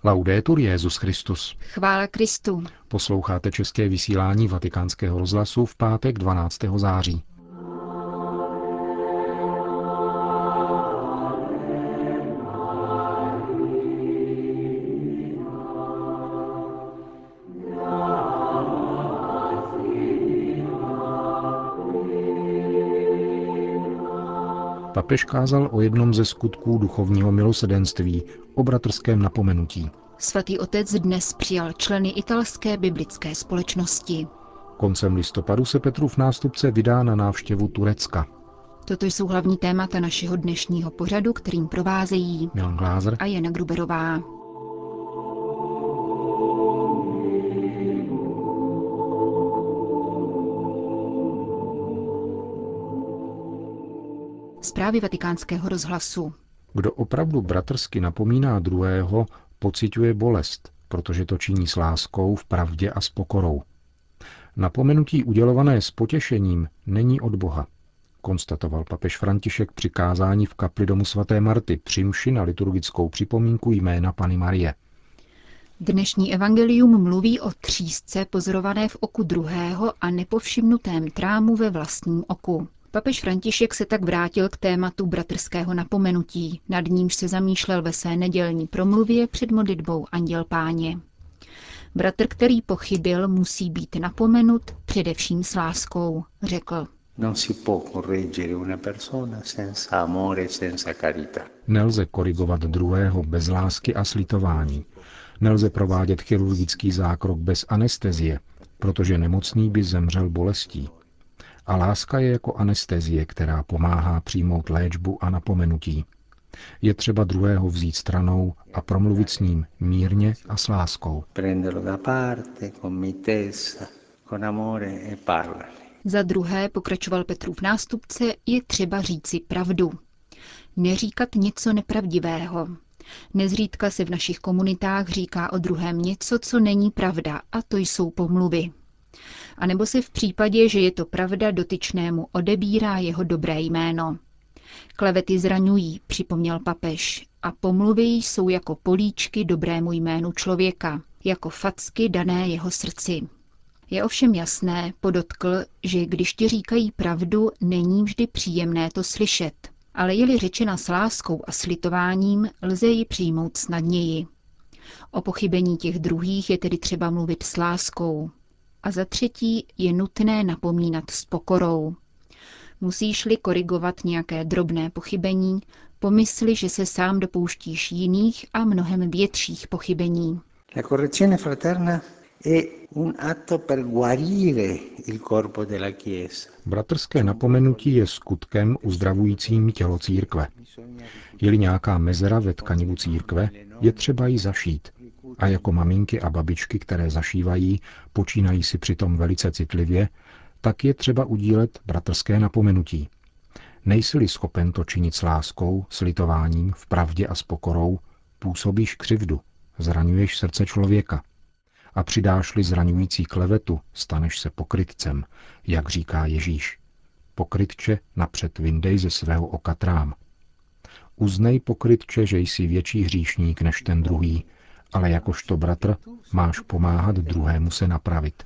Laudetur Jesus Christus. Chvála Kristu. Posloucháte české vysílání Vatikánského rozhlasu v pátek 12. září. Papež kázal o jednom ze skutků duchovního milosrdenství, o bratrském napomenutí. Svatý otec dnes přijal členy italské biblické společnosti. Koncem listopadu se Petrův nástupce vydá na návštěvu Turecka. Toto jsou hlavní témata našeho dnešního pořadu, kterým provázejí Milan Glázer a Jana Gruberová. Zprávy Vatikánského rozhlasu. Kdo opravdu bratrsky napomíná druhého, pociťuje bolest, protože to činí s láskou, v pravdě a s pokorou. Napomenutí udělované s potěšením není od Boha, konstatoval papež František při kázání v kapli domu svaté Marty při mši na liturgickou připomínku jména Panny Marie. Dnešní evangelium mluví o třísce pozorované v oku druhého a nepovšimnutém trámu ve vlastním oku. Papež František se tak vrátil k tématu bratrského napomenutí, nad nímž se zamýšlel ve své nedělní promluvě před modlitbou Anděl Páně. Bratr, který pochybil, musí být napomenut především s láskou, řekl. Nelze korigovat druhého bez lásky a slitování. Nelze provádět chirurgický zákrok bez anestezie, protože nemocný by zemřel bolestí. A láska je jako anestezie, která pomáhá přijmout léčbu a napomenutí. Je třeba druhého vzít stranou a promluvit s ním mírně a s láskou. Za druhé, pokračoval Petrův nástupce, je třeba říci pravdu. Neříkat něco nepravdivého. Nezřídka se v našich komunitách říká o druhém něco, co není pravda, a to jsou pomluvy. A nebo se v případě, že je to pravda, dotyčnému odebírá jeho dobré jméno. Klevety zraňují, připomněl papež, a pomluvy jsou jako políčky dobrému jménu člověka, jako facky dané jeho srdci. Je ovšem jasné, podotkl, že když ti říkají pravdu, není vždy příjemné to slyšet, ale je-li řečena s láskou a slitováním, lze ji přijmout snadněji. O pochybení těch druhých je tedy třeba mluvit s láskou. A za třetí je nutné napomínat s pokorou. Musíš-li korigovat nějaké drobné pochybení, pomysli, že se sám dopouštíš jiných a mnohem větších pochybení. La correzione fraterna è un atto per guarire il corpo della Chiesa. Bratrské napomenutí je skutkem uzdravujícím tělo církve. Je-li nějaká mezera ve tkanivu církve, je třeba ji zašít. A jako maminky a babičky, které zašívají, počínají si přitom velice citlivě, tak je třeba udílet bratrské napomenutí. Nejsi-li schopen to činit s láskou, s litováním, v pravdě a s pokorou, působíš křivdu, zraňuješ srdce člověka. A přidáš-li zraňující klevetu, staneš se pokrytcem, jak říká Ježíš. Pokrytče, napřed vyndej ze svého oka trám. Uznej, pokrytče, že jsi větší hříšník než ten druhý, ale jakožto bratr máš pomáhat druhému se napravit.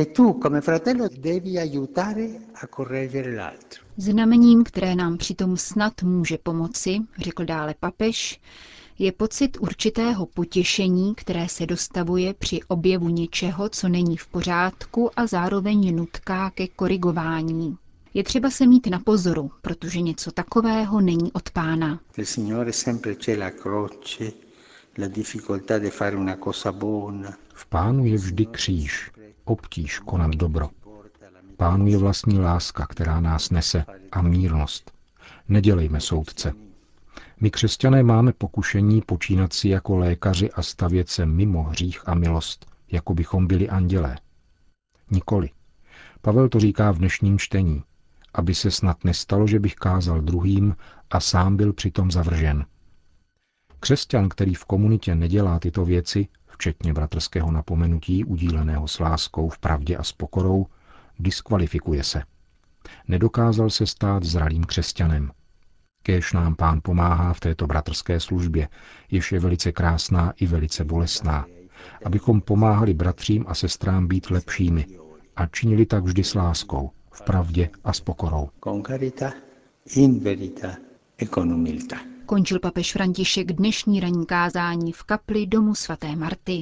Znamením, které nám přitom snad může pomoci, řekl dále papež, je pocit určitého potěšení, které se dostavuje při objevu něčeho, co není v pořádku a zároveň nutká ke korigování. Je třeba se mít na pozoru, protože něco takového není od Pána. V Pánu je vždy kříž, obtíž konat dobro. Pánu je vlastní láska, která nás nese, a mírnost. Nedělejme soudce. My křesťané máme pokušení počínat si jako lékaři a stavět se mimo hřích a milost, jako bychom byli andělé. Nikoli. Pavel to říká v dnešním čtení, aby se snad nestalo, že bych kázal druhým a sám byl přitom zavržen. Křesťan, který v komunitě nedělá tyto věci, včetně bratrského napomenutí udíleného s láskou, v pravdě a s pokorou, diskvalifikuje se. Nedokázal se stát zralým křesťanem. Kéž nám Pán pomáhá v této bratrské službě, jež je velice krásná i velice bolestná, abychom pomáhali bratřím a sestrám být lepšími a činili tak vždy s láskou, v pravdě a s pokorou. Končil papež František dnešní ranní kázání v kapli domu svaté Marty.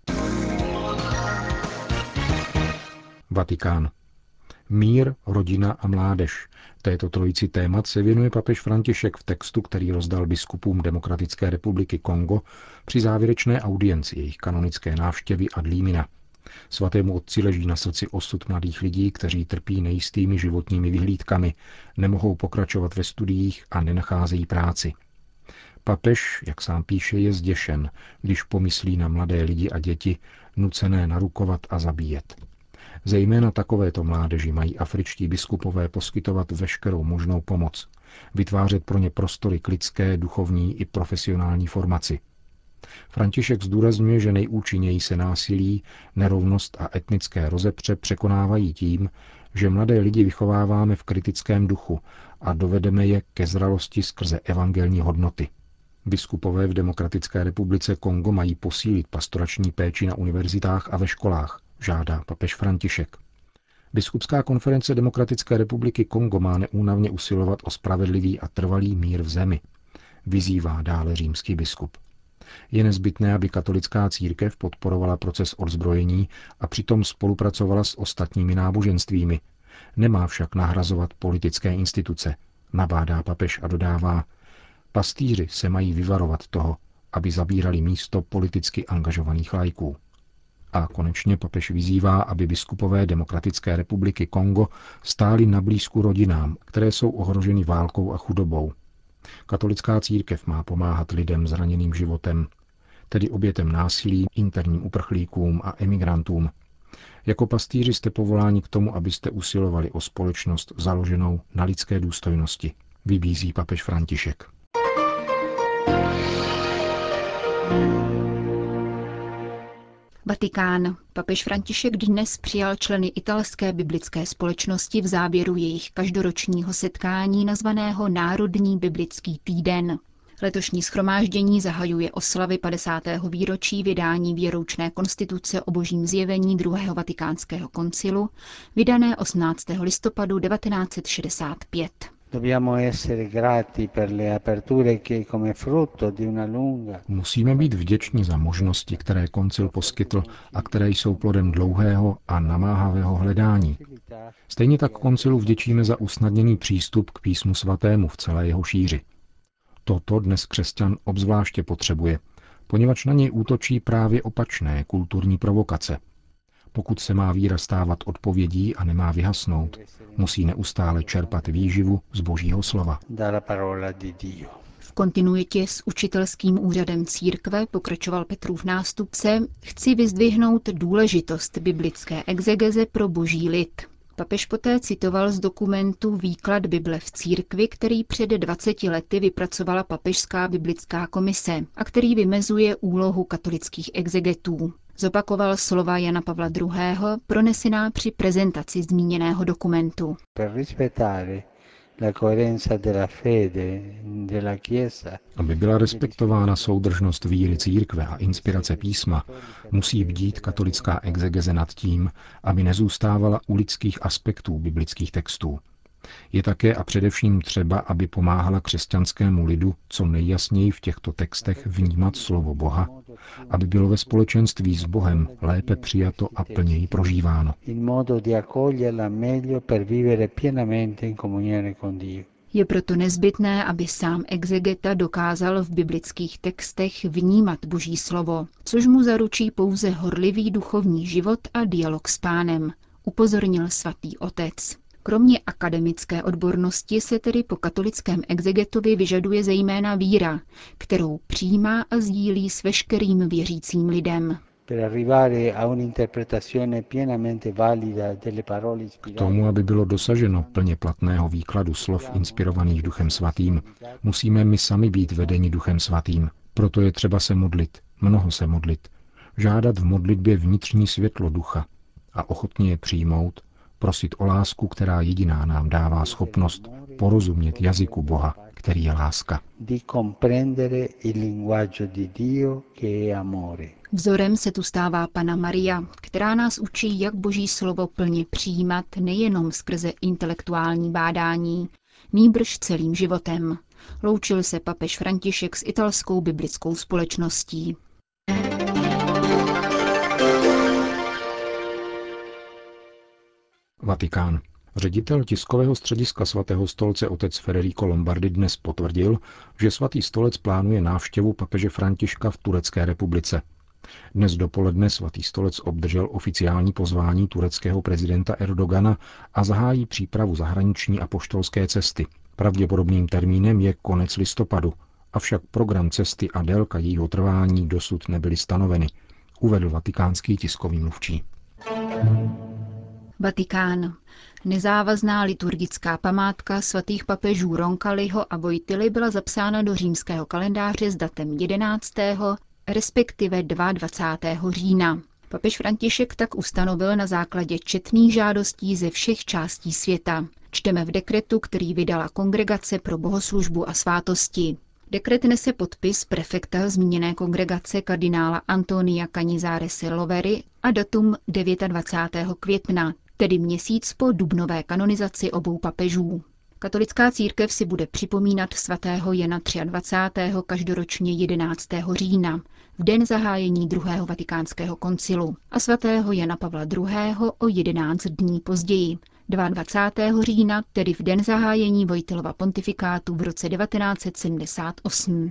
Vatikán. Mír, rodina a mládež. Této trojici témat se věnuje papež František v textu, který rozdal biskupům Demokratické republiky Kongo při závěrečné audienci jejich kanonické návštěvy ad limina. Svatému otci leží na srdci osud mladých lidí, kteří trpí nejistými životními vyhlídkami, nemohou pokračovat ve studiích a nenacházejí práci. Papež, jak sám píše, je zděšen, když pomyslí na mladé lidi a děti, nucené narukovat a zabíjet. Zejména takovéto mládeži mají afričtí biskupové poskytovat veškerou možnou pomoc, vytvářet pro ně prostory k lidské, duchovní i profesionální formaci. František zdůrazňuje, že nejúčinněji se násilí, nerovnost a etnické rozepře překonávají tím, že mladé lidi vychováváme v kritickém duchu a dovedeme je ke zralosti skrze evangelní hodnoty. Biskupové v Demokratické republice Kongo mají posílit pastorační péči na univerzitách a ve školách, žádá papež František. Biskupská konference Demokratické republiky Kongo má neúnavně usilovat o spravedlivý a trvalý mír v zemi, vyzývá dále římský biskup. Je nezbytné, aby katolická církev podporovala proces odzbrojení a přitom spolupracovala s ostatními náboženstvími. Nemá však nahrazovat politické instituce, nabádá papež a dodává, pastýři se mají vyvarovat toho, aby zabírali místo politicky angažovaných laiků. A konečně papež vyzývá, aby biskupové Demokratické republiky Kongo stáli na blízku rodinám, které jsou ohroženy válkou a chudobou. Katolická církev má pomáhat lidem zraněným životem, tedy obětem násilí, interním uprchlíkům a emigrantům. Jako pastýři jste povoláni k tomu, abyste usilovali o společnost založenou na lidské důstojnosti, vybízí papež František. Vatikán. Papež František dnes přijal členy italské biblické společnosti v závěru jejich každoročního setkání nazvaného Národní biblický týden. Letošní shromáždění zahajuje oslavy 50. výročí vydání věroučné konstituce o božím zjevení druhého vatikánského koncilu, vydané 18. listopadu 1965. Musíme být vděční za možnosti, které koncil poskytl a které jsou plodem dlouhého a namáhavého hledání. Stejně tak koncilu vděčíme za usnadněný přístup k písmu svatému v celé jeho šíři. Toto dnes křesťan obzvláště potřebuje, poněvadž na něj útočí právě opačné kulturní provokace. Pokud se má víra stávat odpovědí a nemá vyhasnout, musí neustále čerpat výživu z Božího slova. V kontinuitě s učitelským úřadem církve, pokračoval Petrův nástupce, chci vyzdvihnout důležitost biblické exegeze pro boží lid. Papež poté citoval z dokumentu Výklad Bible v církvi, který před 20 lety vypracovala Papežská biblická komise a který vymezuje úlohu katolických exegetů. Zopakoval slova Jana Pavla II. Pronesená při prezentaci zmíněného dokumentu. Aby byla respektována soudržnost víry církve a inspirace písma, musí bdít katolická exegeze nad tím, aby nezůstávala u lidských aspektů biblických textů. Je také a především třeba, aby pomáhala křesťanskému lidu co nejjasněji v těchto textech vnímat slovo Boha, aby bylo ve společenství s Bohem lépe přijato a plněji prožíváno. Je proto nezbytné, aby sám exegeta dokázal v biblických textech vnímat Boží slovo, což mu zaručí pouze horlivý duchovní život a dialog s Pánem, upozornil svatý otec. Kromě akademické odbornosti se tedy po katolickém exegetovi vyžaduje zejména víra, kterou přijímá a sdílí s veškerým věřícím lidem. K tomu, aby bylo dosaženo plně platného výkladu slov inspirovaných Duchem Svatým, musíme my sami být vedeni Duchem Svatým. Proto je třeba se modlit, mnoho se modlit, žádat v modlitbě vnitřní světlo ducha a ochotně je přijmout, prosit o lásku, která jediná nám dává schopnost porozumět jazyku Boha, který je láska. di comprendere il linguaggio di Dio che è amore. Vzorem se tu stává Panna Maria, která nás učí, jak Boží slovo plně přijímat nejenom skrze intelektuální bádání, nýbrž celým životem. Loučil se papež František s italskou biblickou společností. Vatikán. Ředitel tiskového střediska svatého stolce otec Federico Lombardi dnes potvrdil, že svatý stolec plánuje návštěvu papeže Františka v Turecké republice. Dnes dopoledne svatý stolec obdržel oficiální pozvání tureckého prezidenta Erdogana a zahájí přípravu zahraniční apoštolské cesty. Pravděpodobným termínem je konec listopadu, avšak program cesty a délka jejího trvání dosud nebyly stanoveny, uvedl vatikánský tiskový mluvčí. Vatikán. Nezávazná liturgická památka svatých papežů Roncalliho a Wojtyly byla zapsána do římského kalendáře s datem 11. respektive 22. října. Papež František tak ustanovil na základě četných žádostí ze všech částí světa. Čteme v dekretu, který vydala Kongregace pro bohoslužbu a svátosti. Dekret nese podpis prefekta zmíněné kongregace kardinála Antonia Canizarese Lovery a datum 29. května, tedy měsíc po dubnové kanonizaci obou papežů. Katolická církev si bude připomínat svatého Jana 23. každoročně 11. října, v den zahájení druhého vatikánského koncilu, a svatého Jana Pavla II. O 11 dní později, 22. října, tedy v den zahájení Wojtylova pontifikátu v roce 1978.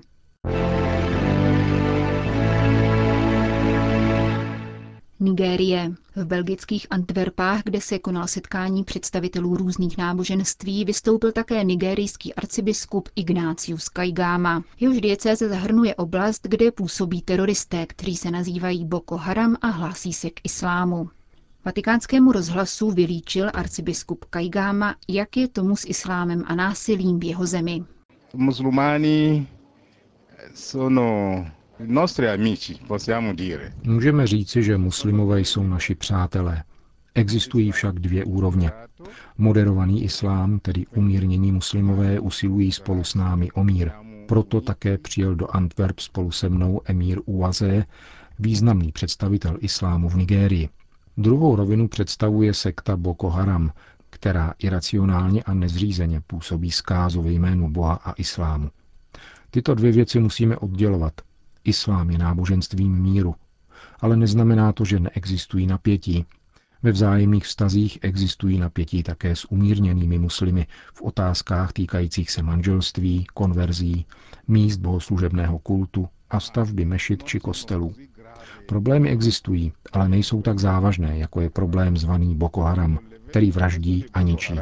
Nigérie. V belgických Antwerpách, kde se konalo setkání představitelů různých náboženství, vystoupil také nigerijský arcibiskup Ignatius Kaigama. Jehož diecéze zahrnuje oblast, kde působí teroristé, kteří se nazývají Boko Haram a hlásí se k islámu. Vatikánskému rozhlasu vylíčil arcibiskup Kaigama, jak je tomu s islámem a násilím v jeho zemi. Musulmani sono nostri amici, possiamo dire. Můžeme říci, že muslimové jsou naši přátelé. Existují však dvě úrovně. Moderovaný islám, tedy umírnění muslimové, usilují spolu s námi o mír. Proto také přijel do Antwerp spolu se mnou emír Uwazé, významný představitel islámu v Nigérii. Druhou rovinu představuje sekta Boko Haram, která iracionálně a nezřízeně působí zkázu ve jménu Boha a islámu. Tyto dvě věci musíme oddělovat. Islám je náboženstvím míru, ale neznamená to, že neexistují napětí. Ve vzájemných vztazích existují napětí také s umírněnými muslimy v otázkách týkajících se manželství, konverzí, míst bohoslužebného kultu a stavby mešit či kostelů. Problémy existují, ale nejsou tak závažné, jako je problém zvaný Boko Haram, který vraždí a ničí.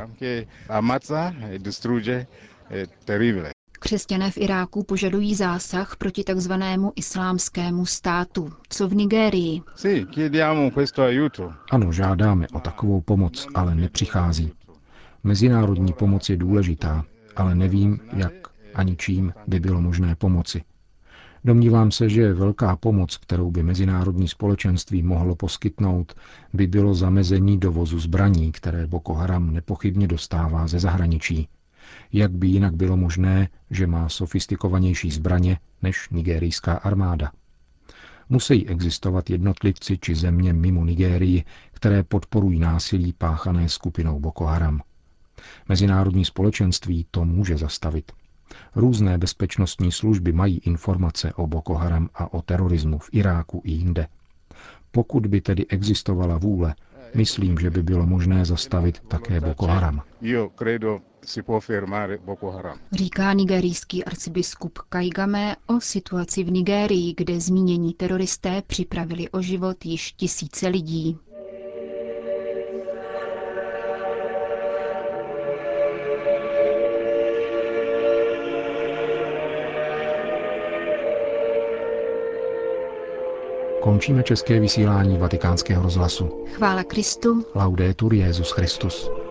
Křesťané v Iráku požadují zásah proti takzvanému islámskému státu. Co v Nigérii? Ano, žádáme o takovou pomoc, ale nepřichází. Mezinárodní pomoc je důležitá, ale nevím, jak ani čím by bylo možné pomoci. Domnívám se, že velká pomoc, kterou by mezinárodní společenství mohlo poskytnout, by bylo zamezení dovozu zbraní, které Boko Haram nepochybně dostává ze zahraničí. Jak by jinak bylo možné, že má sofistikovanější zbraně než nigerijská armáda? Musí existovat jednotlivci či země mimo Nigérii, které podporují násilí páchané skupinou Boko Haram. Mezinárodní společenství to může zastavit. Různé bezpečnostní služby mají informace o Boko Haram a o terorismu v Iráku i jinde. Pokud by tedy existovala vůle, myslím, že by bylo možné zastavit také Boko Haram. Říká nigerijský arcibiskup Kaigame o situaci v Nigérii, kde zmínění teroristé připravili o život již tisíce lidí. Končíme české vysílání Vatikánského rozhlasu. Chvála Kristu. Laudetur Jesus Christus.